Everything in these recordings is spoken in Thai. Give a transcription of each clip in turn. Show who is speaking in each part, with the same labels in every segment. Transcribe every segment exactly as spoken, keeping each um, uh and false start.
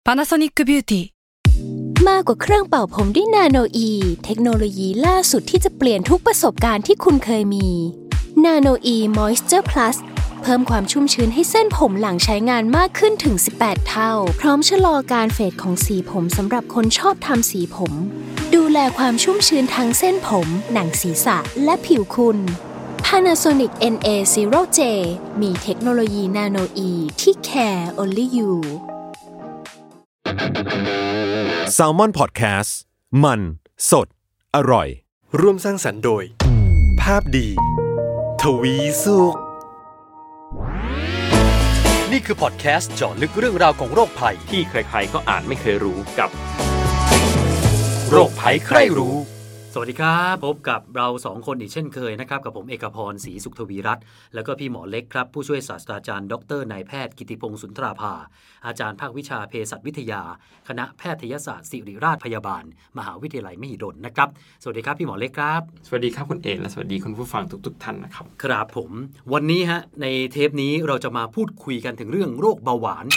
Speaker 1: Panasonic Beauty
Speaker 2: มากกว่าเครื่องเป่าผมด้วยนาโนอีเทคโนโลยีล่าสุดที่จะเปลี่ยนทุกประสบการณ์ที่คุณเคยมีนาโนอีมอยส์เจอร์พลัสเพิ่มความชุ่มชื้นให้เส้นผมหลังใช้งานมากขึ้นถึงสิบแปดเท่าพร้อมชะลอการเฟดของสีผมสำหรับคนชอบทำสีผมดูแลความชุ่มชื้นทั้งเส้นผมหนังศีรษะและผิวคุณ Panasonic เอ็น เอ ศูนย์ เจ มีเทคโนโลยีนาโนอีที่ care only you
Speaker 3: Salmon Podcast มันสดอร่อย
Speaker 4: ร่วมสร้างสรรค์โดยภาพดีทวีสุขนี่คือพอดแคสต์เจาะลึกเรื่องราวของโรคภัยที่ใครๆก็อ่านไม่เคยรู้กับโรคภัยใครรู้
Speaker 5: สวัสดีครับพบกับเราสองคนอีกเช่นเคยนะครับกับผมเอกพรศรีสุขทวีรัตน์แล้วก็พี่หมอเล็กครับผู้ช่วยศาสตราจารย์ดรนายแพทย์กิติพงษ์สุนทราภาอาจารย์ภาควิชาเภสัชวิทยาคณะแพทยศาสตร์ศิริราชพยาบาลมหาวิทยาลัยมหิดลนะครับสวัสดีครับพี่หมอเล็กครับ
Speaker 6: สวัสดีครับคุณเอกและสวัสดีคุณผู้ฟังทุกๆท่านนะครับ
Speaker 5: ครับผมวันนี้ฮะในเทปนี้เราจะมาพูดคุยกันถึงเรื่องโรคเบาหวาน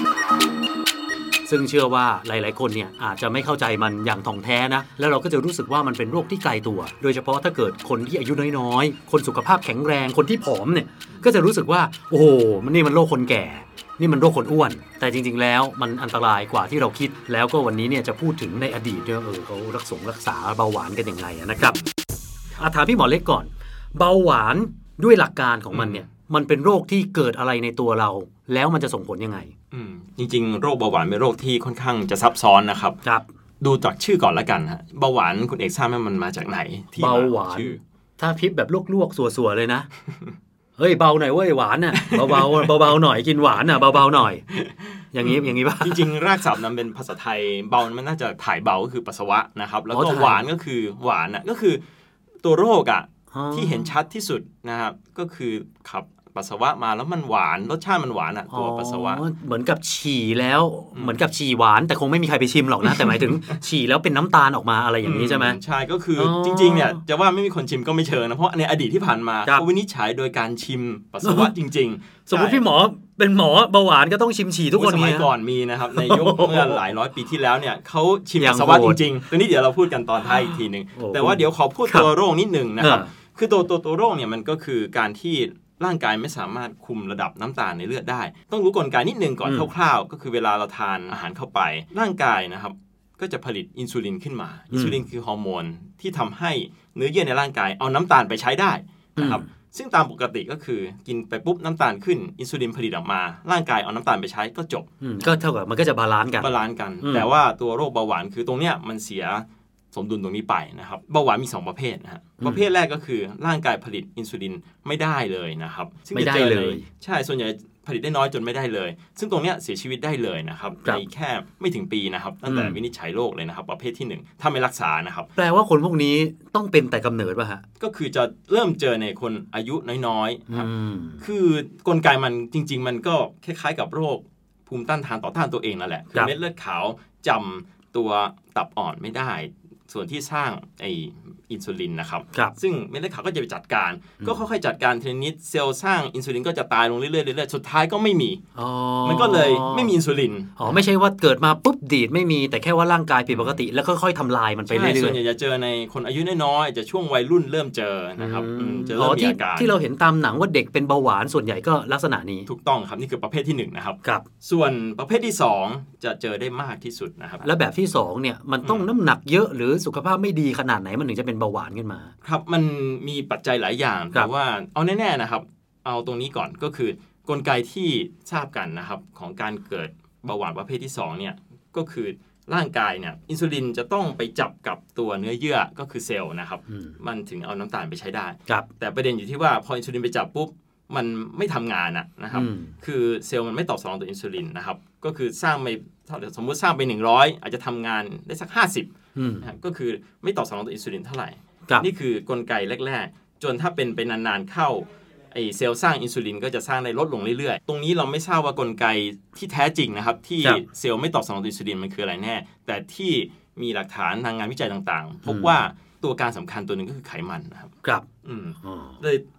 Speaker 5: ซึ่งเชื่อว่าหลายๆคนเนี่ยอาจจะไม่เข้าใจมันอย่างถ่องแท้นะแล้วเราก็จะรู้สึกว่ามันเป็นโรคที่ไกลตัวโดยเฉพาะถ้าเกิดคนที่อายุน้อยๆคนสุขภาพแข็งแรงคนที่ผอมเนี่ยก็จะรู้สึกว่าโอ้โหมันนี่มันโรคคนแก่นี่มันโรคคนอ้วนแต่จริงๆแล้วมันอันตรายกว่าที่เราคิดแล้วก็วันนี้เนี่ยจะพูดถึงในอดีตเนี่ยเออเขารักษารักษาเบาหวานกันยังไงนะครับอาถามพี่หมอเล็กก่อนเบาหวานด้วยหลักการของมันเนี่ยมันเป็นโรคที่เกิดอะไรในตัวเราแล้วมันจะส่งผลยังไง
Speaker 6: อืมจริงๆโรคเบาหวานเป็นโรคที่ค่อนข้างจะซับซ้อนนะครับ
Speaker 5: ครับ
Speaker 6: ดูจากชื่อก่อนละกันฮะเบาหวานคุณเอกทราบไหมมันมาจากไหนที่
Speaker 5: เบาหวานถ้าพิบแบบลวกๆสัวๆเลยนะ เฮ้ยเบาหน่อยเว้ยหวานน่ะเบาๆเบาๆหน่อยกินหวานน่ะเบาๆหน่อยอย่างนี้อย่างนี้ป่ะ
Speaker 6: จริงๆรากศัพท์นั้นเป็นภาษาไทยเบามันน่าจะถ่ายเบาก็คือปัสสาวะนะครับแล้วก็หวานก็คือหวานน่ะก็คือตัวโรคอ่ะที่เห็นชัดที่สุดนะครับก็คือขับปัสสาวะมาแล้วมันหวานรสชาติมันหวานอ่ะตัวปัสสาวะ
Speaker 5: เหมือนกับฉี่แล้วเหมือนกับฉี่หวานแต่คงไม่มีใครไปชิมหรอกนะแต่หมายถึงฉี่แล้วเป็นน้ำตาลออกมาอะไรอย่างนี้ใช่ไหม
Speaker 6: ใช่ก็คือจริงๆเนี่ยจะว่าไม่มีคนชิมก็ไม่เชิงนะเพราะในอดีตที่ผ่านมาเขาวินิจฉัยโดยการชิมปัสสาวะจริง
Speaker 5: ๆสมมติพี่หมอเป็นหมอเบาหวานก็ต้องชิมฉี่ทุกคน
Speaker 6: สมัยก่อนมีนะครับในยุคเมื่อหลายร้อยปีที่แล้วเนี่ยเขาชิมปัสสาวะจริงๆตัวนี้เดี๋ยวเราพูดกันตอนท้ายอีกทีนึงแต่ว่าเดี๋ยวขอพูดตัวโรคนิดนึงนะครับคือตัวตัวตัวโรคเนี่ยมันก็คือการที่ร่างกายไม่สามารถคุมระดับน้ำตาลในเลือดได้ต้องรู้กลไกนิดนึงก่อนคร่าวๆก็คือเวลาเราทานอาหารเข้าไปร่างกายนะครับก็จะผลิตอินซูลินขึ้นมาอินซูลินคือฮอร์โมนที่ทำให้เนื้อเยื่อในร่างกายเอาน้ำตาลไปใช้ได้นะครับซึ่งตามปกติก็คือกินไปปุ๊บน้ำตาลขึ้นอินซูลินผลิตออกมาร่างกายเอาน้ำตาลไปใช้ก็จบ
Speaker 5: ก็เท่ากับมันก็จะบาลานซ์กัน
Speaker 6: บาลานซ์กันแต่ว่าตัวโรคเบาหวานคือตรงเนี้ยมันเสียสมดุลตรงนี้ไปนะครับเบาหวานมีสองประเภทนะฮะประเภทแรกก็คือร่างกายผลิตอินซูลินไม่ได้เลยนะครับ
Speaker 5: ไม่ได้เลย
Speaker 6: ใช่ส่วนใหญ่ผลิตได้น้อยจนไม่ได้เลยซึ่งตรงเนี้ยเสียชีวิตได้เลยนะครับในแค่ไม่ถึงปีนะครับตั้งแต่วินิจฉัยโรคเลยนะครับประเภทที่หนึ่งถ้าไม่รักษานะครับ
Speaker 5: แปลว่าคนพวกนี้ต้องเป็นแต่กำเนิดป่ะฮะ
Speaker 6: ก็คือจะเริ่มเจอในคนอายุน้อยๆครับคือกลไกมันจริงๆมันก็คล้ายๆกับโรคภูมิต้านทานต่อต้านตัวเองนั่นแหละคือเม็ดเลือดขาวจำตัวตับอ่อนไม่ได้ส่วนที่สร้างไออินซูลินนะครับซึ่งเม็ดเลือดขาวก็จะไปจัดการก็ค่อยๆจัดการทีนิดเซลล์สร้างอินซูลินก็จะตายลงเรื่อยๆเรื่อยๆสุดท้ายก็ไม่มีมันก็เลยไม่มีอินซูลิน
Speaker 5: อ๋อไม่ใช่ว่าเกิดมาปุ๊บดีดไม่มีแต่แค่ว่าร่างกายผิดปกติแล้วค่อยๆทำลายมันไปเรื่อยๆ
Speaker 6: ส่วนใหญ่จะเจอในคนอายุน้อยๆจะช่วงวัยรุ่นเริ่มเจอนะครับจะเริ่มมีอาการ
Speaker 5: ที่เราเห็นตามหนังว่าเด็กเป็นเบาหวานส่วนใหญ่ก็ลักษณะนี้
Speaker 6: ถูกต้องครับนี่คือประเภทที่หนึ่งนะครับ
Speaker 5: ครับ
Speaker 6: ส่วนประเภทที่สองจะเจอได้มากที่สุดนะครับ
Speaker 5: แล้วแบบที่สองเนี่ยมันต้องน้ำหนักเยอะหรือสุขภาพไม่ดีขนาดไหนมันถึงจะเป็นเบาหวานขึ้นมา
Speaker 6: ครับมันมีปัจจัยหลายอย่างแต่ว่าเอาแน่ๆนะครับเอาตรงนี้ก่อนก็คือกลไกที่ทราบกันนะครับของการเกิดเบาหวานประเภทที่สองเนี่ยก็คือร่างกายเนี่ยอินซูลินจะต้องไปจับกับตัวเนื้อเยื่อก็คือเซลล์นะครับมันถึงเอาน้ำตาลไปใช้ได้แต่ประเด็นอยู่ที่ว่าพออินซูลินไปจับปุ๊บมันไม่ทำงานนะครับคือเซลล์มันไม่ตอบสนองต่ออินซูลินนะครับก็คือสร้างไปสมมุติสร้างไปหนึ่งร้อยอาจจะทำงานได้สักห้าสิบก็คือไม่ตอบสนองต่ออินซูลินเท่าไหร่นี่คือกลไกแรกๆจนถ้าเป็นไปนานๆเข้าไอเซลล์สร้างอินซูลินก็จะสร้างได้ลดลงเรื่อยๆตรงนี้เราไม่ทราบว่ากลไกที่แท้จริงนะครับที่เซลล์ไม่ตอบสนองต่ออินซูลินมันคืออะไรแน่แต่ที่มีหลักฐานทางงานวิจัยต่างๆพบว่าตัวการสำคัญตัวหนึ่งก็คือไขมันนะครับ
Speaker 5: ครับ
Speaker 6: เลย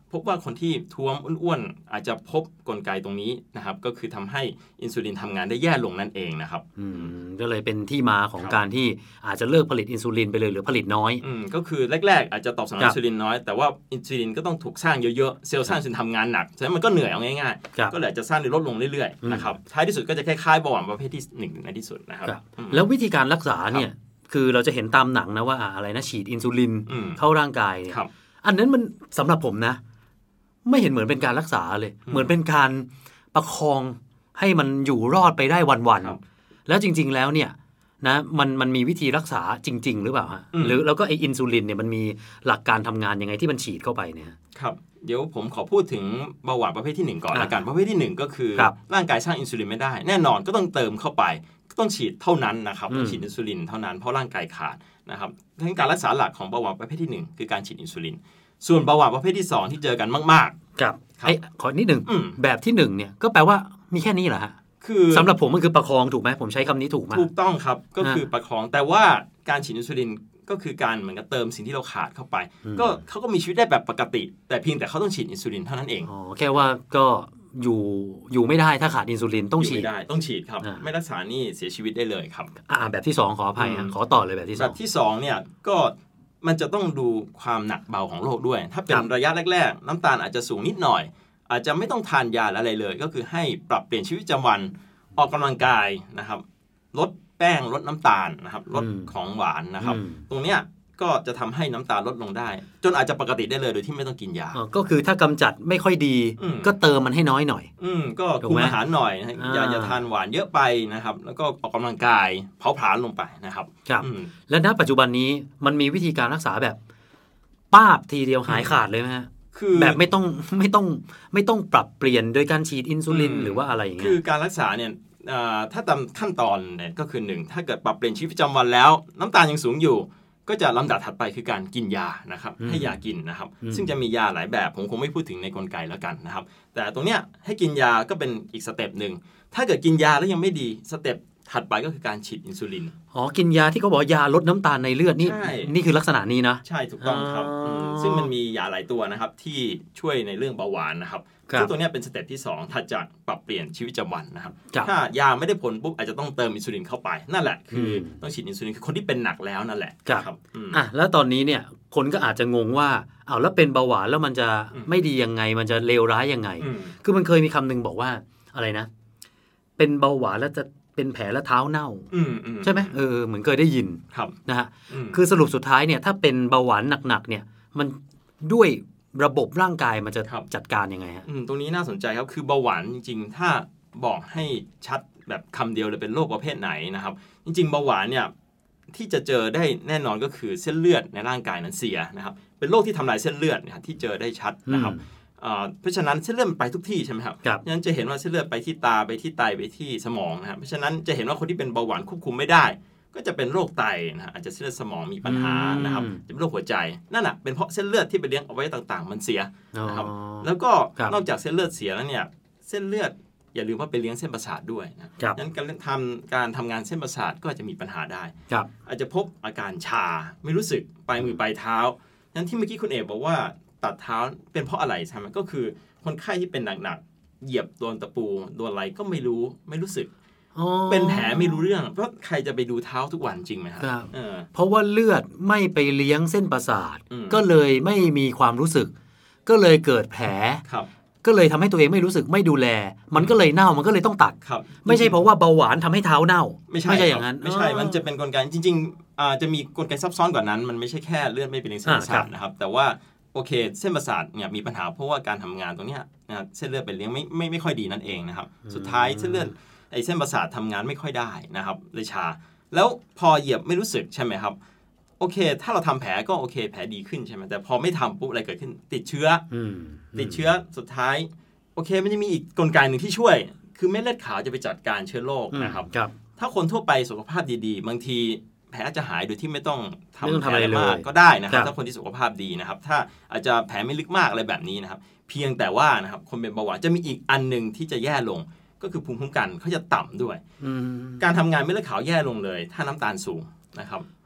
Speaker 6: พบว่าคนที่ท้วมอ้วนๆอาจจะพบกลไกตรงนี้นะครับก็คือทำให้อินซูลินทำงานได้แย่ลงนั่นเองนะครับ
Speaker 5: ก็เลยเป็นที่มาของการที่อาจจะเลิกผลิตอินซูลินไปเลยหรือผลิตน้อย
Speaker 6: อืมก็คือแรกๆอาจจะตอบสนองอินซูลินน้อยแต่ว่าอินซูลินก็ต้องถูกสร้างเยอะๆเซลล์สร้างอินซูลินทำงานหนักฉะนั้นมันก็เหนื่อยเอาง่ายๆก็เลยจะสร้างได้ลดลงเรื่อยๆนะครับท้ายที่สุดก็จะคล้ายๆเบาหวานประเภทที่หนึ่งในที่สุดนะครับ
Speaker 5: แล้ววิธีการรักษาเนี่ยคือเราจะเห็นตามหนังนะว่าอะไรนะฉีดอินซูลินเข้าร่างกายเนี่ยอันนั้นมันสำหรับผมนะไม่เห็นเหมือนเป็นการรักษาเลยเหมือนเป็นการประคองให้มันอยู่รอดไปได้วันๆแล้วจริงๆแล้วเนี่ยนะมันมันมีวิธีรักษาจริงๆหรือเปล่าฮะหรือแล้วก็ไออินซูลินเนี่ยมันมีหลักการทำงานยังไงที่มันฉีดเข้าไปเนี่ย
Speaker 6: ครับเดี๋ยวผมขอพูดถึงเบาหวานประเภทที่หนึ่งก่อนละกันประเภทที่หนึ่งก็คือร่างกายสร้างอินซูลินไม่ได้แน่นอนก็ต้องเติมเข้าไปก็ต้องฉีดเท่านั้นนะครับต้องฉีดอินซูลินเท่านั้นเพราะร่างกายขาดนะครับดังนั้นการรักษาหลักของเบาหวานประเภทที่หนึ่งคือการฉีดอินซูลินส่วนเบาหวานประเภทที่สองที่เจอกันมาก
Speaker 5: ๆครับไอ้ขอนิดหนึ่งแบบที่หนึ่งเนี่ยก็แปลว่ามีแค่นี้เหรอฮะคือสำหรับผมมันคือประคองถูกไหมผมใช้คำนี้ถูกไหม
Speaker 6: ถูกต้องครับก็คือประคองแต่ว่าการฉีดอินซูลินก็คือการเหมือนกับเติมสิ่งที่เราขาดเข้าไปก็เขาก็มีชีวิตได้แบบปกติแต่เพียงแต่เขาต้องฉีดอินซูลินเท่านั้นเอง
Speaker 5: อ๋อแค่ว่าก็อยู่อยู่ไม่ได้ถ้าขาดอินซูลินต้องฉีด
Speaker 6: ไม่ได้ต้องฉีดครับไม่รักษานี่เสียชีวิตได้เลยครับ
Speaker 5: อ่าแบบที่สองขออภัยขอต่อเลยแบบที่สอง
Speaker 6: แบบที่สองเนี่ยก็มันจะต้องดูความหนักเบาของโรคด้วยถ้าเป็นระยะแรกๆน้ำตาลอาจจะสูงนิดหน่อยอาจจะไม่ต้องทานยาอะไรเลยก็คือให้ปรับเปลี่ยนชีวิตประจำวันออกกำลังกายนะครับลดแป้งลดน้ำตาลนะครับลดของหวานนะครับตรงเนี้ยก็จะทำให้น้ำตาลลดลงได้จนอาจจะปกติได้เลยโดยที่ไม่ต้องกินยา
Speaker 5: ก็คือถ้ากำจัดไม่ค่อยดีก็เติมมันให้น้อยหน่อย
Speaker 6: อืมก็คุมอาหารหน่อยอย่าอย่าทานหวานเยอะไปนะครับแล้วก็ออกกำลังกายเผาผลาญลงไปนะครับ
Speaker 5: ครับและณปัจจุบันนี้มันมีวิธีการรักษาแบบป้าบทีเดียวหายขาดเลยไหมฮะคือแบบไม่ต้องไม่ต้องไม่ต้องปรับเปลี่ยนโดยการฉีดอินซูลินหรือว่าอะไรอย่างเงี้ย
Speaker 6: คือการรักษาเนี่ยถ้าตามขั้นตอนเนี่ยก็คือหนึ่งถ้าเกิดปรับเปลี่ยนชีวิตประจำวันแล้วน้ำตาลยังสูงอยู่ก็จะลำดับถัดไปคือการกินยานะครับให้ยากินนะครับซึ่งจะมียาหลายแบบผมคงไม่พูดถึงในกลไกแล้วกันนะครับแต่ตรงเนี้ยให้กินยาก็เป็นอีกสเต็ปหนึ่งถ้าเกิดกินยาแล้วยังไม่ดีสเต็ปถัดไปก็คือการฉีดอินซูลิน
Speaker 5: อ๋อกินยาที่เขาบอกยาลดน้ำตาลในเลือดนี่นี่คือลักษณะนี้นะ
Speaker 6: ใช่ถูกต้องครับซึ่งมันมียาหลายตัวนะครับที่ช่วยในเรื่องเบาหวานนะครับซึ่งตัวนี้เป็นสเต็ปที่สองถัดจากปรับเปลี่ยนชีวิตประจำวันนะครับถ้ายาไม่ได้ผลปุ๊บอาจจะต้องเติมอินซูลินเข้าไปนั่นแหละคือต้องฉีดอินซูลินคือคนที่เป็นหนักแล้วนั่นแหละ
Speaker 5: ครับอ่ะแล้วตอนนี้เนี่ยคนก็อาจจะงงว่าเอาแล้วเป็นเบาหวานแล้วมันจะไม่ดียังไงมันจะเลวร้ายยังไงคือมันเคยมีคำนึงบอกว่าอะไรนะเป็นเบาหวานแล้วจะเป็นแผลและเท้าเน่าใช่ไหมเออเหมือนเคยได้ยินนะฮะคือสรุปสุดท้ายเนี่ยถ้าเป็นเบาหวานหนักๆเนี่ยมันด้วยระบบร่างกายมันจะจัดการยังไงฮะ
Speaker 6: ตรงนี้น่าสนใจครับคือเบาหวานจริงๆถ้าบอกให้ชัดแบบคำเดียวเลยเป็นโรคประเภทไหนนะครับจริงๆเบาหวานเนี่ยที่จะเจอได้แน่นอนก็คือเส้นเลือดในร่างกายนั้นเสียนะครับเป็นโรคที่ทำลายเส้นเลือดที่เจอได้ชัดนะครับเพราะฉะนั้นเส้นเลือดมันไปทุกที่ใช่ไหมครับเพราะฉะนั้นจะเห็นว่าเส้นเลือดไปที่ตาไปที่ไตไปที่สมองนะครับเพราะฉะนั้นจะเห็นว่าคนที่เป็นเบาหวานควบคุมไม่ได้ก็จะเป็นโรคไตนะฮะอาจจะเส้นเลือดสมองมีปัญหานะครับจะเป็นโรคหัวใจนั่นแหละเป็นเพราะเส้นเลือดที่ไปเลี้ยงอวัยวะต่างๆมันเสียนะครับแล้วก็นอกจากเส้นเลือดเสียแล้วเนี่ยเส้นเลือดอย่าลืมว่าไปเลี้ยงเส้นประสาทด้วยนะงั้นการทำการทำงานเส้นประสาทก็จะมีปัญหาได้อาจจะพบอาการชาไม่รู้สึกปลายมือปลายเท้างั้นที่เมื่อกี้คุณเอกบอกว่าตัดเท้าเป็นเพราะอะไรใช่ไหมก็คือคนไข้ที่เป็นหนักๆเหยียบโดนตะปูโดนอะไรก็ไม่รู้ไม่รู้สึกเป็นแผลไม่รู้เรื่องเพราะใครจะไปดูเท้าทุกวันจริงไหมครับ
Speaker 5: เพราะว่าเลือดไม่ไปเลี้ยงเส้นประสาทก็เลยไม่มีความรู้สึกก็เลยเกิดแผลก็เลยทำให้ตัวเองไม่รู้สึกไม่ดูแลมันก็เลยเน่ามันก็เลยต้องตัดไม่ใช่เพราะว่าเบาหวานทำให้เท้าเน่า
Speaker 6: ไม่ใช่อย่างนั้นไม่ใช่มันจะเป็นกลไกจริงๆจะมีกลไกซับซ้อนกว่านั้นมันไม่ใช่แค่เลือดไม่ไปเลี้ยงเส้นประสาทนะครับแต่ว่าโอเคเส้นประสาทเนี่ยมีปัญหาเพราะว่าการทำงานตรงนี้นะเส้นเลือดไปเลี้ยงไม่ไม่ไม่ค่อยดีนั่นเองนะครับสุดท้ายเส้นเลือดไอ้เส้นประสาททำงานไม่ค่อยได้นะครับเลยชาแล้วพอเหยียบไม่รู้สึกใช่ไหมครับโอเคถ้าเราทำแผลก็โอเคแผลดีขึ้นใช่ไหมแต่พอไม่ทำปุ๊บอะไรเกิดขึ้นติดเชื้อติดเชื้อสุดท้ายโอเคมันจะมีอีกกลไกหนึ่งที่ช่วยคือเม็ดเลือดขาวจะไปจัดการเชื้อโรคนะครับถ้าคนทั่วไปสุขภาพดีๆบางทีแผลจะหายโดยที่ไม่ต้องทำแผลมากก็ได้นะครับถ้าคนที่สุขภาพดีนะครับถ้าอาจจะแผลไม่ลึกมากอะไรแบบนี้นะครับเพียงแต่ว่านะครับคนเป็นเบาหวานจะมีอีกอันนึงที่จะแย่ลงก็คือภูมิคุ้มกันเขาจะต่ำด้วยการทำงานเม็ดเลือดขาวแย่ลงเลยถ้าน้ำตาลสูงนะครับ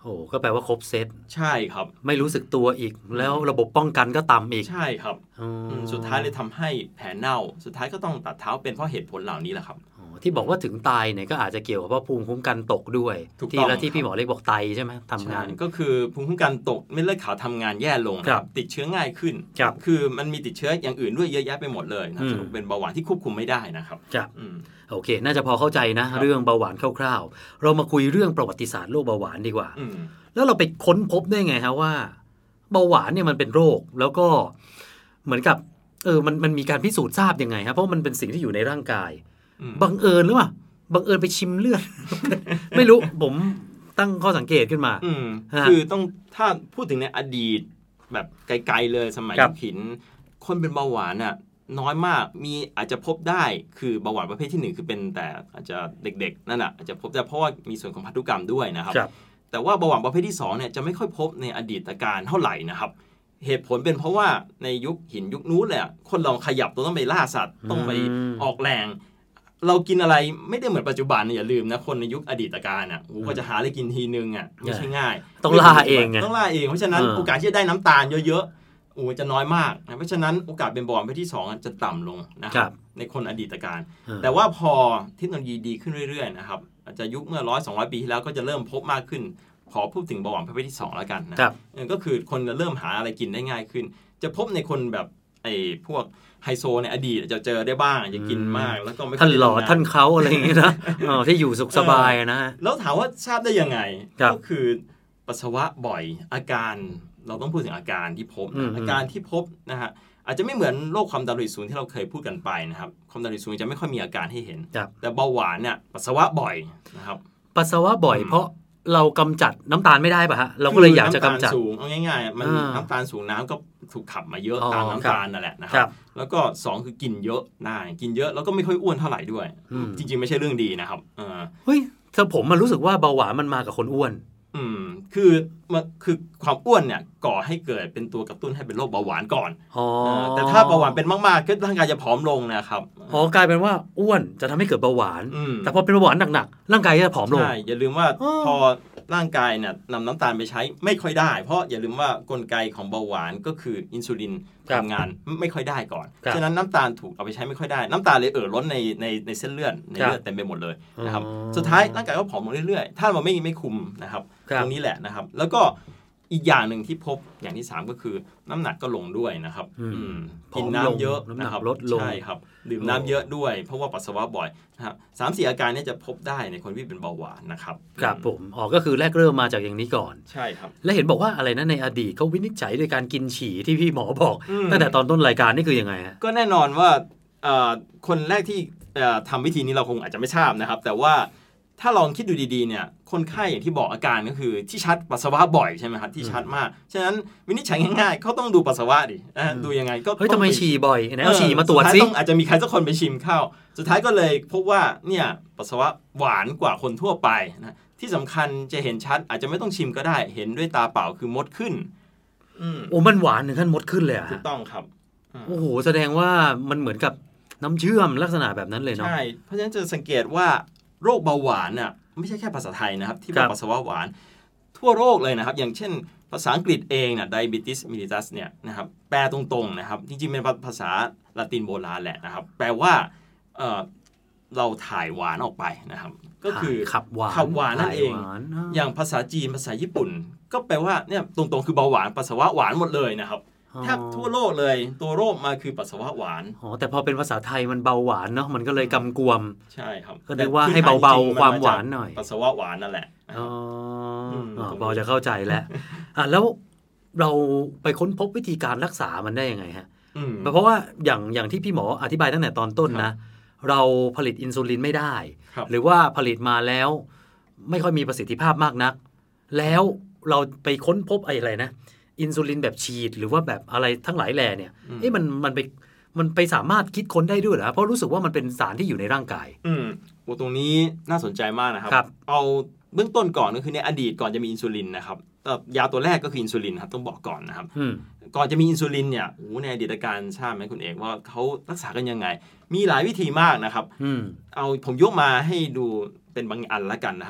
Speaker 5: โอ้ก็แปลว่าครบเซต
Speaker 6: ใช่ครับ
Speaker 5: ไม่รู้สึกตัวอีกแล้วระบบป้องกันก็ต่ำอีก
Speaker 6: ใช่ครับสุดท้ายเลยทำให้แผลเน่าสุดท้ายก็ต้องตัดเท้าเป็นเพราะเหตุผลเหล่านี้แหละครับ
Speaker 5: ที่บอกว่าถึงตายเนี่ยก็อาจจะเกี่ยวกับว่าภูมิคุ้มกันตกด้วยที่แล้วที่พี่หมอเล็กบอกไตใช่ไหมทำงาน
Speaker 6: ก็คือภูมิคุ้มกันตกเม็ดเลือดขาวทำงานแย่ลงครับติดเชื้อง่ายขึ้นคือมันมีติดเชื้ออย่างอื่นด้วยเยอะแยะไปหมดเลยนะเป็นเบาหวานที่ควบคุมไม่ได้นะครับ
Speaker 5: ครับโอเคน่าจะพอเข้าใจนะเรื่องเบาหวานคร่าวๆเรามาคุยเรื่องประวัติศาสตร์โรคเบาหวานดีกว่าแล้วเราไปค้นพบได้ไงฮะว่าเบาหวานเนี่ยมันเป็นโรคแล้วก็เหมือนกับเออมันมันมีการพิสูจน์ทราบยังไงครับเพราะมันเป็นสิ่งที่อยู่ในร่างกายบังเอิญหรือเปล่าบังเอิญไปชิมเลือด ไม่รู้ผมตั้งข้อสังเกตขึ้นมา
Speaker 6: คือต้องถ้าพูดถึงในอดีตแบบไกลๆเลยสมัยยุคหินคนเป็นเบาหวานน่ะน้อยมากมีอาจจะพบได้คือเบาหวานประเภทที่หนึ่งคือเป็นแต่อาจจะเด็กๆนั่นแหละอาจจะพบได้เพราะว่ามีส่วนของพันธุกรรมด้วยนะครับแต่ว่าเบาหวานประเภทที่สองเนี่ยจะไม่ค่อยพบในอดีตการเท่าไหร่นะครับเหตุผลเป็นเพราะว่าในยุคหินยุคนู้นแหละคนเราขยับตัวต้องไปล่าสัตว์ต้องไปออกแรงเรากินอะไรไม่ได้เหมือนปัจจุบันนะอย่าลืมนะคนในยุคอดีตการอ่ะโอ้ก็จะหาอะไรกินทีนึงอ่ะไม่ใช่ง่าย
Speaker 5: ต้องล่าเองไง
Speaker 6: ต้องล่าเองเพราะฉะนั้นโอกาสที่จะได้น้ำตาลเยอะๆโอ้จะน้อยมากนะเพราะฉะนั้นโอกาสเป็นเบาหวานประเภทที่สองจะต่ำลงนะครับในคนอดีตการแต่ว่าพอเทคโนโลยีดีขึ้นเรื่อยๆนะครับอาจจะยุคเมื่อร้อยสองร้อยปีที่แล้วก็จะเริ่มพบมากขึ้นขอพูดถึงเบาหวานประเภทที่สองแล้วกันนะก็คือคนจะเริ่มหาอะไรกินได้ง่ายขึ้นจะพบในคนแบบไอ้พวกไฮโซในอดีตจะเจอได้บ้างจะกินมากแล้วก็ไม่
Speaker 5: ท่านหล่อท่านเขาอะไรอย่างงี้นะที่อยู่สุขสบายนะ
Speaker 6: แล้วถามว่าทราบได้ยังไงก็คือปัสสาวะบ่อยอาการเราต้องพูดถึงอาการที่พบอาการที่พบนะฮะอาจจะไม่เหมือนโรคความดันโลหิตสูงที่เราเคยพูดกันไปนะครับความดันโลหิตสูงจะไม่ค่อยมีอาการให้เห็นแต่เบาหวานเนี่ยปัสสาวะบ่อยนะครับ
Speaker 5: ปัสสาวะบ่อยเพราะเรากำจัดน้ำตาลไม่ได้ป่ะฮะเราก็เลยอยากจะกำจัด
Speaker 6: สูงเอาง่ายๆมันน้ำตาลสูงน้ำก็ถูกขับมาเยอะตามน้ำตาลนั่นแหละนะครับแล้วก็สองคือกินเยอะได้กินเยอะแล้วก็ไม่ค่อยอ้วนเท่าไหร่ด้วยจริงๆไม่ใช่เรื่องดีนะครับ
Speaker 5: เฮ้ยแต่ผมมันรู้สึกว่าเบาหวานมันมากับคนอ้วน
Speaker 6: อืมคือมันคือความอ้วนเนี่ยก่อให้เกิดเป็นตัวกระตุ้นให้เป็นโรคเบาหวานก่อนแต่ถ้าเบาหวานเป็นมากๆก็ร่างกายจะผอมลงนะครับ
Speaker 5: อ๋อกลายเป็นว่าอ้วนจะทำให้เกิดเบาหวานแต่พอเป็นเบาหวานหนักๆร่างกายจะผอมลง
Speaker 6: ใช่อย่าลืมว่าพอร่างกายเนี่ยนำน้ำตาลไปใช้ไม่ค่อยได้เพราะอย่าลืมว่ากลไกของเบาหวานก็คืออินซูลินทำงานไม่ค่อยได้ก่อนฉะนั้นน้ำตาลถูกเอาไปใช้ไม่ค่อยได้น้ำตาลเลยเอ่อล้นในในในเส้นเลือดในเลือดเต็มไปหมดเลยนะครับสุดท้ายร่างกายก็ผอมลงเรื่อยๆถ้าเราไม่ไม่คุมนะครับตรงนี้แหละนะครับแล้วก็อีกอย่างหนึ่งที่พบอย่างที่สามก็คือน้ำหนักก็ลงด้วยนะครับกินน้ำเยอะนะครับ
Speaker 5: ลดลง
Speaker 6: ใช่ครับดื่มน้ำเยอะด้วยเพราะว่าปัสสาวะบ่อยนะครับสามสี่อาการนี้จะพบได้ในคนที่เป็นเบาหวานนะครับ
Speaker 5: ครับผมอ๋อก็คือแรกเริ่มมาจากอย่างนี้ก่อน
Speaker 6: ใช่ครับ
Speaker 5: และเห็นบอกว่าอะไรนะในอดีตเขาวินิจฉัยโดยการกินฉี่ที่พี่หมอบอกตั้งแต่ตอนต้นรายการนี่คือยังไงฮะ
Speaker 6: ก็แน่นอนว่าคนแรกที่ทำวิธีนี้เราคงอาจจะไม่ทราบนะครับแต่ว่าถ้าลองคิดดูดีๆเนี่ยคนไข้อย่างที่บอกอาการก็คือที่ชัดปัสสาวะบ่อยใช่ไหมครับที่ชัดมากฉะนั้นวินิจฉัยง่ายๆเขาต้องดูปัสสาวะดิดูยังไงก็
Speaker 5: เฮ้ยทำไมฉี่บ่อยไหนเอาฉี่มาตรวจซิ
Speaker 6: ต้องอาจจะมีใครสักคนไปชิมเข้าสุดท้ายก็เลยพบว่าเนี่ยปัสสาวะหวานกว่าคนทั่วไปนะที่สำคัญจะเห็นชัดอาจจะไม่ต้องชิมก็ได้เห็นด้วยตาเปล่าคือมดขึ้น
Speaker 5: โอ้มันหวานถึงขั้นมดขึ้นเลยอ่ะ
Speaker 6: ถูกต้องครับ
Speaker 5: โอ้โหแสดงว่ามันเหมือนกับน้ำเชื่อมลักษณะแบบนั้นเลยเนาะ
Speaker 6: ใช่เพราะฉะนั้นจะสังเกตว่าโรคเบาหวานน่ะไม่ใช่แค่ภาษาไทยนะครับที่บอกปัสสาวะหวานทั่วโลกเลยนะครับอย่างเช่นภาษาอังกฤษเองน่ะ diabetes mellitus เนี่ยนะครับแปลตรงๆนะครับจริงๆเป็นภาษาละตินโบราณแหละนะครับแปลว่าเอ่อเราถ่ายหวานออกไปนะครับก็คือ
Speaker 5: ขับหวาน
Speaker 6: ขับหวานนั่นเองอย่างภาษาจีนภาษาญี่ปุ่นก็แปลว่าเนี่ยตรงๆคือเบาหวานปัสสาวะหวานหมดเลยนะครับแทบทั่วโลกเลยตัวโรคมาคือปัสสาวะหวาน
Speaker 5: อ๋อแต่พอเป็นภาษาไทยมันเบาหวานเนาะมันก็เลยกำกวม
Speaker 6: ใช่ครับ
Speaker 5: ก็นึกว่าให้เบาๆความหวานหน่อย
Speaker 6: ปัสสาวะหวานนั่นแหละ
Speaker 5: อ๋อพอจะเข้าใจแล้วอ่ะแล้วเราไปค้นพบวิธีการรักษามันได้ยังไงฮะเพราะว่าอย่างอย่างที่พี่หมออธิบายตั้งแต่ตอนต้นนะเราผลิตอินซูลินไม่ได้หรือว่าผลิตมาแล้วไม่ค่อยมีประสิทธิภาพมากนักแล้วเราไปค้นพบอะไรนะอินซูลินแบบฉีดหรือว่าแบบอะไรทั้งหลายแหล่เนี่ยเอ๊ะมันมันไปมันไปสามารถคิดค้นได้ด้วยเหรอเพราะรู้สึกว่ามันเป็นสารที่อยู่ในร่างกาย
Speaker 6: อืมโอ้ตรงนี้น่าสนใจมากนะครับเอาเบื้องต้นก่อนก็คือในอดีตก่อนจะมีอินซูลินนะครับยาตัวแรกก็คืออินซูลินครับต้องบอกก่อนนะครับก่อนจะมีอินซูลินเนี่ยโอ้ในอดีตการทราบไหมคุณเอกว่าเขารักษากันยังไงมีหลายวิธีมากนะครับเอาผมยกมาให้ดูเป็นบางอันละกันนะครับ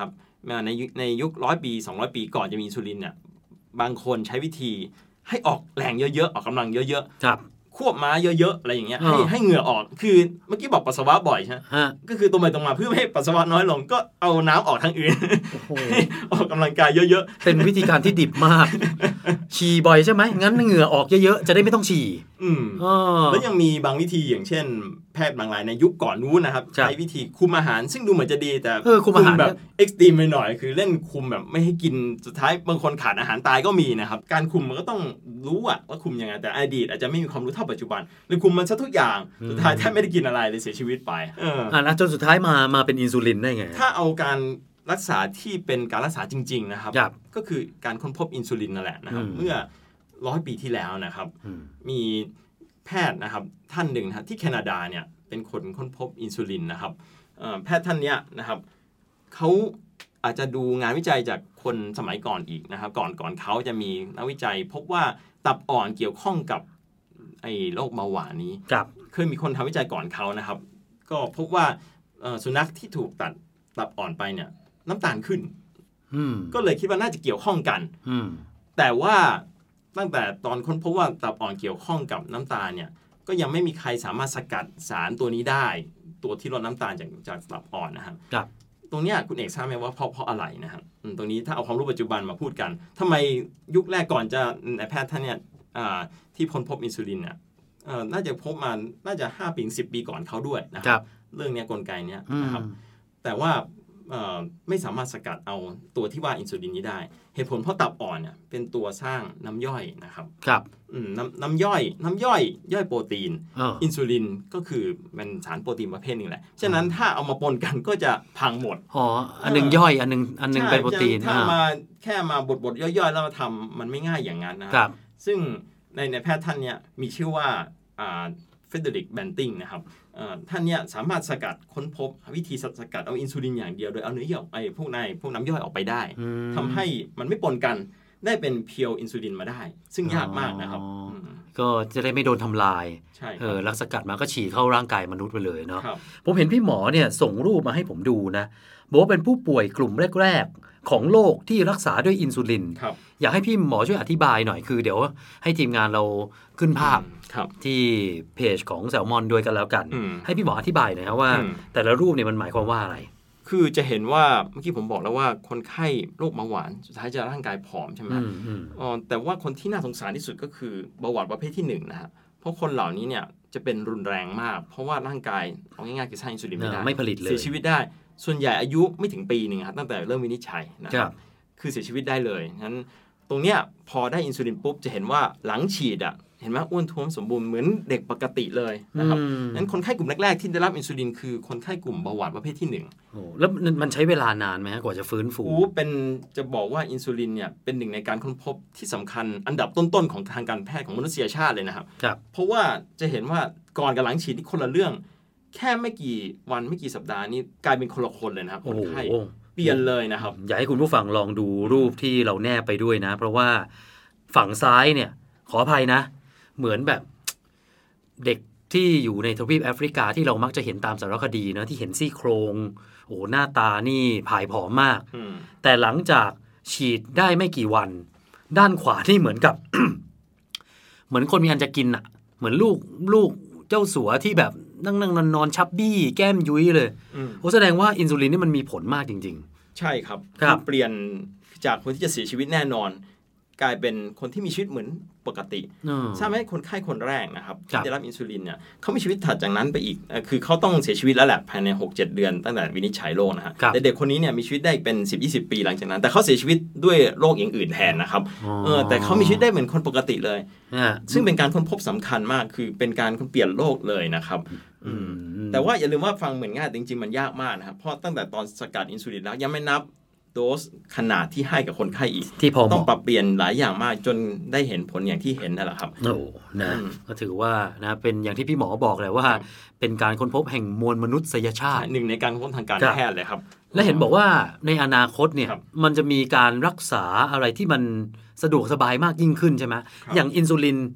Speaker 6: ในในยุคร้อยปีสองร้อยปีก่อนจะมีอินซูลินเนี่ยบางคนใช้วิธีให้ออกแรงเยอะๆออกกำลังเยอะๆควบม้าเยอะๆอะไรอย่างเงี้ยให้ให้เหงื่อออกคือเมื่อกี้บอกปัสสาวะบ่อยใช่ไหมก็คือตรงไปตรงมาเพื่อให้ปัสสาวะน้อยลงก็เอาน้ำออกทางอื่นออกกำลังกายเยอะๆ
Speaker 5: เป็นวิธีการที่ดิบมากฉี่บ่อยใช่ไหมงั้นเหงื่อออกเยอะๆจะได้ไม่ต้องฉี่
Speaker 6: อืมแล้วยังมีบางวิธีอย่างเช่นแพทย์บางรายในยุคก่อนนู้นนะครับใช้วิธีคุมอาหารซึ่งดูเหมือนจะดีแต่
Speaker 5: คุมอาหาร
Speaker 6: แบบเอ็กซ์ตรีมไปหน่อยคือเล่นคุมแบบไม่ให้กินสุดท้ายบางคนขาดอาหารตายก็มีนะครับการคุมมันก็ต้องรู้อะว่าคุมยังไงแต่อดีตอาจจะไม่มีความรู้เท่าปัจจุบันเลยคุมมันซะทุกอย่างสุดท้ายแทบไม่ได้กินอะไรเลยเสียชีวิตไป
Speaker 5: เอออ่ะแล้วจนสุดท้ายมามาเป็นอินซูลินได้ไง
Speaker 6: ถ้าเอาการรักษาที่เป็นการรักษาจริงๆนะครับก็คือการค้นพบอินซูลินนั่นแหละนะครับเมื่อร้อยปีที่แล้วนะครับมีแพทย์นะครับท่านหนึ่งนะที่แคนาดาเนี่ยเป็นคนค้นพบอินซูลินนะครับแพทย์ท่านเนี้ยนะครับเขาอาจจะดูงานวิจัยจากคนสมัยก่อนอีกนะครับก่อนก่อนเขาจะมีนักวิจัยพบว่าตับอ่อนเกี่ยวข้องกับไอ้โรคเบาหวานนี้เคยมีคนทำวิจัยก่อนเขานะครับก็พบว่าสุนัขที่ถูกตัดตับอ่อนไปเนี่ยน้ำตาลขึ้นก็เลยคิดว่าน่าจะเกี่ยวข้องกันแต่ว่าตั้งแต่ตอนค้นพบว่าตับอ่อนเกี่ยวข้องกับน้ำตาลเนี่ยก็ยังไม่มีใครสามารถสกัดสารตัวนี้ได้ตัวที่ลดน้ำตาลจากจากตับอ่อนนะครับตรงนี้คุณเอกทราบไหมว่าเพราะเพราะอะไรนะครับตรงนี้ถ้าเอาความรู้ปัจจุบันมาพูดกันทำไมยุคแรกก่อนจะนายแพทย์ท่านเนี่ยที่ค้นพบอินซูลินเนี่ยน่าจะพบมาน่าจะห้าปีสิบปีก่อนเขาด้วยนะครับเรื่องนี้กลไกนี้นะครับแต่ว่าไม่สามารถสกัดเอาตัวที่ว่าอินซูลินนี้ได้เหตุผลเพราะตับอ่อนเนี่ยเป็นตัวสร้างน้ำย่อยนะครับ
Speaker 5: ครับ
Speaker 6: น้ำน้ำย่อยน้ำย่อยย่อยโปรตีนอินซูลินก็คือเป็นสารโปรตีนประเภทหนึ่งแหละฉะนั้นถ้าเอามาปนกันก็จะพังหมด
Speaker 5: อ๋ออันนึงย่อยอันนึงอันนึงเป็นโปรตีน
Speaker 6: ถ้ามาแค่มาบดๆย่อยๆแล้วมาทำมันไม่ง่ายอย่างนั้นนะครับซึ่งในในแพทย์ท่านเนี้ยมีชื่อว่าเฟเดริกแบนติงนะครับท่านเนี่ยสามารถสกัดค้นพบวิธีสกัดเอาอินซูลินอย่างเดียวโดยเอาเนื้อเยื่อออกไปพวกในพวกน้ำย่อยออกไปได้ทำให้มันไม่ปนกันได้เป็นเพียวอินซูลินมาได้ซึ่งยากมากนะครับ
Speaker 5: ก็จะได้ไม่โดนทำลายเออลักสกัดมาก็ฉี่เข้าร่างกายมนุษย์ไปเลยเนาะผมเห็นพี่หมอเนี่ยส่งรูปมาให้ผมดูนะบอกว่าเป็นผู้ป่วยกลุ่มแรกๆของโลกที่รักษาด้วยอินซูลินอยากให้พี่หมอช่วยอธิบายหน่อยคือเดี๋ยวให้ทีมงานเราขึ้นภาพที่เพจของแซลมอนด้วยกันแล้วกันให้พี่หมออธิบายหน่อยครับว่าแต่ละรูปเนี่ยมันหมายความว่าอะไร
Speaker 6: คือจะเห็นว่าเมื่อกี้ผมบอกแล้วว่าคนไข้โรคเบาหวานสุดท้ายจะร่างกายผอมใช่ไหมอ๋อแต่ว่าคนที่น่าสงสารที่สุดก็คือเบาหวานประเภทที่หนึ่งนะฮะเพราะคนเหล่านี้เนี่ยจะเป็นรุนแรงมากเพราะว่าร่างกายเอาง่ายๆคือสร้างอินซูลินไม่ได้
Speaker 5: ไม่ผลิตเลย
Speaker 6: เสียชีวิตได้ส่วนใหญ่อายุไม่ถึงปีนึงครับตั้งแต่เริ่มวินิจฉัยนะครับคือเสียชีวิตได้เลยงั้นตรงเนี้ยพอได้อินซูลินปุ๊บจะเห็นว่าหลังฉีดอ่ะเห็นไหมอ้วนท้วมสมบูรณ์เหมือนเด็กปกติเลยนะครับนั้นคนไข้กลุ่มแรกๆที่ได้รับอินซูลินคือคนไข้กลุ่มเบาหวานประเภทที่หนึ่ง
Speaker 5: โอ้แล้วมันใช้เวลานานไหมกว่าจะฟื้นฟู
Speaker 6: โอ้เป็นจะบอกว่าอินซูลินเนี่ยเป็นหนึ่งในการค้นพบที่สำคัญอันดับต้นๆของทางการแพทย์ของมนุษยชาติเลยนะครับเพราะว่าจะเห็นว่าก่อนกับหลังฉีดนี่คนละเรื่องแค่ไม่กี่วันไม่กี่สัปดาห์นี้กลายเป็นคนละคนเลยนะครับคนไข้เปลี่ยนเลยนะครับ
Speaker 5: อยากให้คุณผู้ฟังลองดูรูปที่เราแนบไปด้วยนะเพราะว่าฝั่งซ้ายเนี่ยขออภัยนะเหมือนแบบเด็กที่อยู่ในทวีปแอฟริกาที่เรามักจะเห็นตามสารคดีนะที่เห็นซี่โครงโอ้หน้าตานี่ผายผอมมากแต่หลังจากฉีดได้ไม่กี่วันด้านขวานี่เหมือนกับ เหมือนคนมีอันจะกินอ่ะเหมือนลูกลูกเจ้าสัวที่แบบนั่งนั่งนอนนอนชับบี้แก้มยุ้ยเลยโอ้แสดงว่าอินซูลินนี่มันมีผลมากจริง
Speaker 6: ๆใช่ครับเปลี่ยนจากคนที่จะเสียชีวิตแน่นอนกลายเป็นคนที่มีชีวิตเหมือนปกติทราบไหมคนไข้คนแรกนะครับที่ได้รับอินซูลินเนี่ยเขามีชีวิตถัดจากนั้นไปอีกคือเขาต้องเสียชีวิตแล้วแหละภายใน หกเจ็ด เดือนตั้งแต่วินิจฉัยโรคนะฮะแต่เด็กคนนี้เนี่ยมีชีวิตได้เป็น สิบถึงยี่สิบ ปีหลังจากนั้นแต่เขาเสียชีวิตด้วยโรคอย่างอื่นแทนนะครับเออแต่เขามีชีวิตได้เหมือนคนปกติเลยซึ่งเป็นการค้นพบสำคัญมากคือเป็นการเปลี่ยนโลกเลยนะครับแต่ว่าอย่าลืมว่าฟังเหมือนง่ายจริงๆมันยากมากนะครับเพราะตั้งแต่ตอนสกัดอินซูลินแล้วยังไม่นับโดสขนาดที่ให้กับคนไข้อีก
Speaker 5: ที่
Speaker 6: ต้องปรับเปลี่ยนหลายอย่างมากจนได้เห็นผลอย่างที่เห็นนั่นแหละครับ
Speaker 5: โอ้นะก็ถือว่านะเป็นอย่างที่พี่หมอบอกเลยว่าเป็นการค้นพบแห่งมวลมนุษยชาติ
Speaker 6: หนึ่งในการค้นพบทางการแพทย์เลยครับ
Speaker 5: และเห็นบอกว่าในอนาคตเนี่ยมันจะมีการรักษาอะไรที่มันสะดวกสบายมากยิ่งขึ้นใช่ไหมอย่างอินซูลิน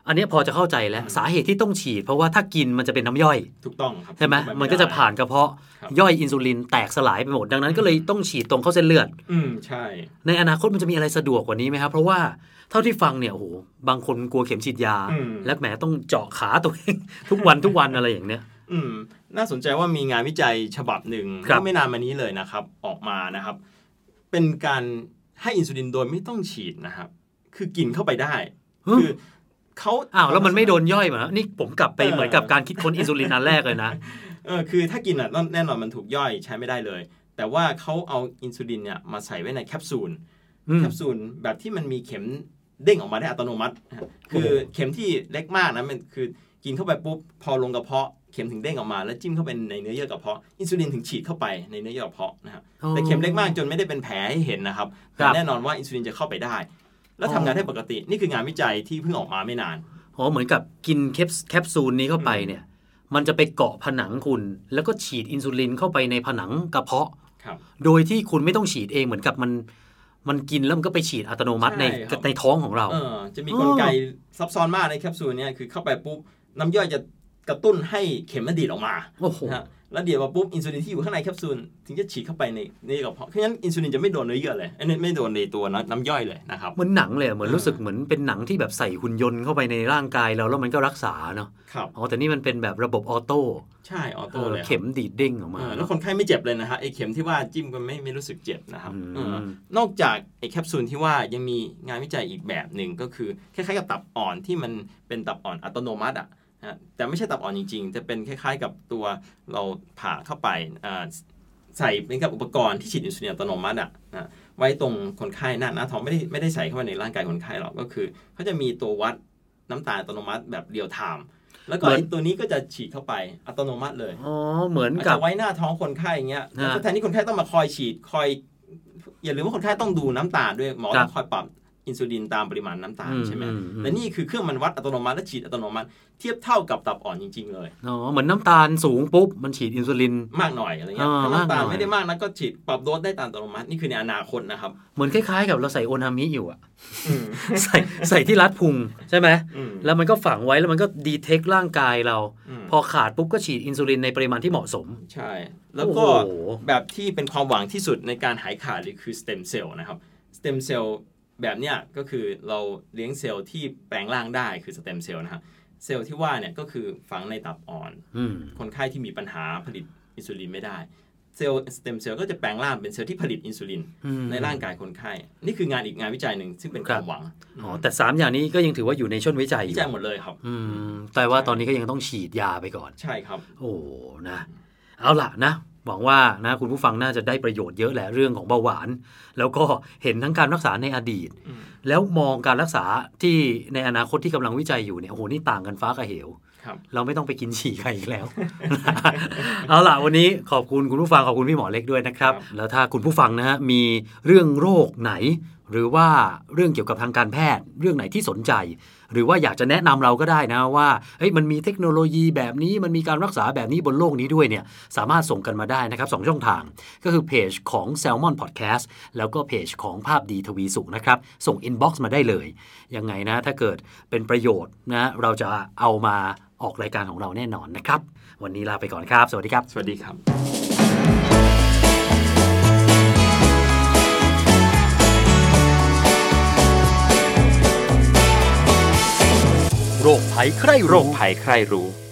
Speaker 5: อันนี้พอจะเข้าใจแล้วสาเหตุที่ต้องฉีดเพราะว่าถ้ากินมันจะเป็นน้ำย่อย
Speaker 6: ถูกต้องครับ
Speaker 5: ใช่ไหมมันก็จะผ่านกระเพาะย่อยอินซูลินแตกสลายไปหมดดังนั้นก็เลยต้องฉีดตรงเข้าเส้นเลือด
Speaker 6: อืมใช่
Speaker 5: ในอนาคตมันจะมีอะไรสะดวกกว่านี้ไหมครับเพราะว่าเท่าที่ฟังเนี่ยโอ้โหบางคนกลัวเข็มฉีดยาและแหมต้องเจาะขาตัวเองทุกวันทุกวันอะไรอย่างเนี้ย
Speaker 6: อืมน่าสนใจว่ามีงานวิจัยฉบับหนึ่งไม่นานมานี้เลยนะครับออกมานะครับเป็นการให้อินซูลินโดยไม่ต้องฉีดนะครับคือกินเข้าไปได้คือเขา
Speaker 5: อ้าวแล้วมันไม่โดนย่อยเหรอนี่ผมกลับไปเหมือนกับการคิดค้นอินซูลินอันแรกเลยนะ
Speaker 6: เออคือถ้ากินอ่ะแน่นอนมันถูกย่อยใช้ไม่ได้เลยแต่ว่าเขาเอาอินซูลินเนี่ยมาใส่ไว้ในแคปซูลแคปซูลแบบที่มันมีเข็มเด้งออกมาได้อัตโนมัติคือเข็มที่เล็กมากนะมันคือกินเข้าไปปุ๊บพอลงกระเพาะเข็มถึงเด้งออกมาแล้วจิ้มเข้าไปในเนื้อเยื่อกระเพาะอินซูลินถึงฉีดเข้าไปในเนื้อเยื่อกระเพาะนะครับแต่เข็มเล็กมากจนไม่ได้เป็นแผลให้เห็นนะครับแต่แน่นอนว่าอินซูลินจะเข้าไปได้แล้วทำงานได้ปกตินี่คืองานวิจัยที่เพิ่งออกมาไม่นาน
Speaker 5: อ๋อเหมือนกับกินแคปซูลนี้เข้าไปเนี่ยมันจะไปเกาะผนังคุณแล้วก็ฉีดอินซูลินเข้าไปในผนังกระเพาะโดยที่คุณไม่ต้องฉีดเองเหมือนกับมันมันกินแล้วมันก็ไปฉีดอัตโนมัติในในท้องของเรา
Speaker 6: เออจะมีกลไกซับซ้อนมากในแคปซูลเนี่ยคือเข้าไปปุ๊บน้ำย่อยจะกระตุ้นให้เข็มมันดีดออกมานะแล้วเดี๋ยวมาปุ๊บอินซูลินที่อยู่ข้างในแคปซูลถึงจะฉีดเข้าไปในนี่กระเพาะเพราะฉะนั้นอินซูลินจะไม่โดนเนื้อเยื่อเลยอันนี้ไม่โดนในตัวน้ำย่อยเลยนะครับ
Speaker 5: เหมือนหนังเลยเหมือนรู้สึกเหมือนเป็นหนังที่แบบใส่หุ่นยนต์เข้าไปในร่างกายเราแล้วมันก็รักษาเนาะ
Speaker 6: ครับ
Speaker 5: อ๋อแต่นี่มันเป็นแบบระบบออโต้
Speaker 6: ใช่ออโต้เลย
Speaker 5: เข็มดีดเด้งออกมา
Speaker 6: แล้วคนไข้ไม่เจ็บเลยนะฮะไอ้เข็มที่ว่าจิ้มก็ไม่ไม่รู้สึกเจ็บนะครับนอกจากไอ้แคปซูลที่ว่ายังมีงานวิจัยอีกแบบหนึ่งก็คือคล้ายๆกับตับอ่อนที่มันเป็นตับอ่อนอัตโนมัติอ่ะแต่ไม่ใช่ตับอ่อนจริงๆจะเป็นคล้ายๆกับตัวเราผ่าเข้าไปใส่เป็นกับอุปกรณ์ที่ฉีดอินซูลินอัตโนมัติอ่ะนะไว้ตรงคนไข้หน้าหน้าท้องไม่ได้ไม่ได้ใส่เข้าไปในร่างกายคนไข้หรอกก็คือเขาจะมีตัววัดน้ำตาลอัตโนมัติแบบเรียลไทม์แล้วก็ตัวนี้ก็จะฉีดเข้าไปอัตโนมัติเลย
Speaker 5: อ๋อเหมือนกับ
Speaker 6: ไว้หน้าท้องคนไข้อย่างเงี้ยแล้วแทนที่คนไข้ต้องมาคอยฉีดคอยอย่าลืมว่าคนไข้ต้องดูน้ำตาลด้วยหมอต้องคอยปรับอินซูลินตามปริมาณน้ำตาลใช่ไหมแต่นี่คือเครื่องมันวัดอัตโนมัติและฉีดอัตโนมัติเทียบเท่ากับตับอ่อนจริงๆเลย
Speaker 5: อ๋อเหมือนน้ำตาลสูงปุ๊บมันฉีดอินซูลิน
Speaker 6: มากหน่อยอะไรเงี้ยถ้าน้ำตาลไม่ได้มากนะก็ฉีดปรับโดสได้ตามอัตโนมัตินี่คือในอนาคตนะครับ
Speaker 5: เหมือนคล้ายๆกับเราใส่โอนามิอยู่อะใส่ใส่ที่รัดพุงใช่ไหมแล้วมันก็ฝังไว้แล้วมันก็ดีเทคร่างกายเราพอขาดปุ๊บก็ฉีดอินซูลินในปริมาณที่เหมาะสม
Speaker 6: ใช่แล้วก็แบบที่เป็นความหวังที่สุดในการหายขาดเลยคือสเต็มเซลล์นะครับสเต็มเซลล์แบบเนี้ยก็คือเราเลี้ยงเซลล์ที่แปลงร่างได้คือสเต็มเซลล์นะครับเซลล์ที่ว่าเนี่ยก็คือฝังในตับอ่อนคนไข้ที่มีปัญหาผลิตอินซูลินไม่ได้เซลล์สเต็มเซลล์ก็จะแปลงร่างเป็นเซลล์ที่ผลิตอินซูลินในร่างกายคนไข้นี่คืองานอีกงานวิจัยหนึ่งซึ่งเป็นความหวัง
Speaker 5: อ๋อแต่สามอย่างนี้ก็ยังถือว่าอยู่ในช่วงวิจัย
Speaker 6: วิจัยหมดเลยครับ
Speaker 5: อืมแต่ว่าตอนนี้ก็ยังต้องฉีดยาไปก่อน
Speaker 6: ใช่ครับ
Speaker 5: โอ้นะเอาล่ะนะหวังว่านะคุณผู้ฟังน่าจะได้ประโยชน์เยอะแหละเรื่องของเบาหวานแล้วก็เห็นทั้งการรักษาในอดีตแล้วมองการรักษาที่ในอนาคตที่กำลังวิจัยอยู่เนี่ยโอ้โหนี่ต่างกันฟ้ากับเหวเราไม่ต้องไปกินฉี่ใครอีกแล้ว เอาล่ะวันนี้ขอบคุณคุณผู้ฟังขอบคุณพี่หมอเล็กด้วยนะครับแล้วถ้าคุณผู้ฟังนะฮะมีเรื่องโรคไหนหรือว่าเรื่องเกี่ยวกับทางการแพทย์เรื่องไหนที่สนใจหรือว่าอยากจะแนะนำเราก็ได้นะว่าเฮ้ยมันมีเทคโนโลยีแบบนี้มันมีการรักษาแบบนี้บนโลกนี้ด้วยเนี่ยสามารถส่งกันมาได้นะครับสองช่องทางก็คือเพจของ Salmon Podcast แล้วก็เพจของภาพดีทวีสุขนะครับส่ง inbox มาได้เลยยังไงนะถ้าเกิดเป็นประโยชน์นะเราจะเอามาออกรายการของเราแน่นอนนะครับวันนี้ลาไปก่อนครับสวัสดีครับ
Speaker 6: สวัสดีครับ
Speaker 4: โรคภัยใครรู้
Speaker 6: โรคภัยใครรู้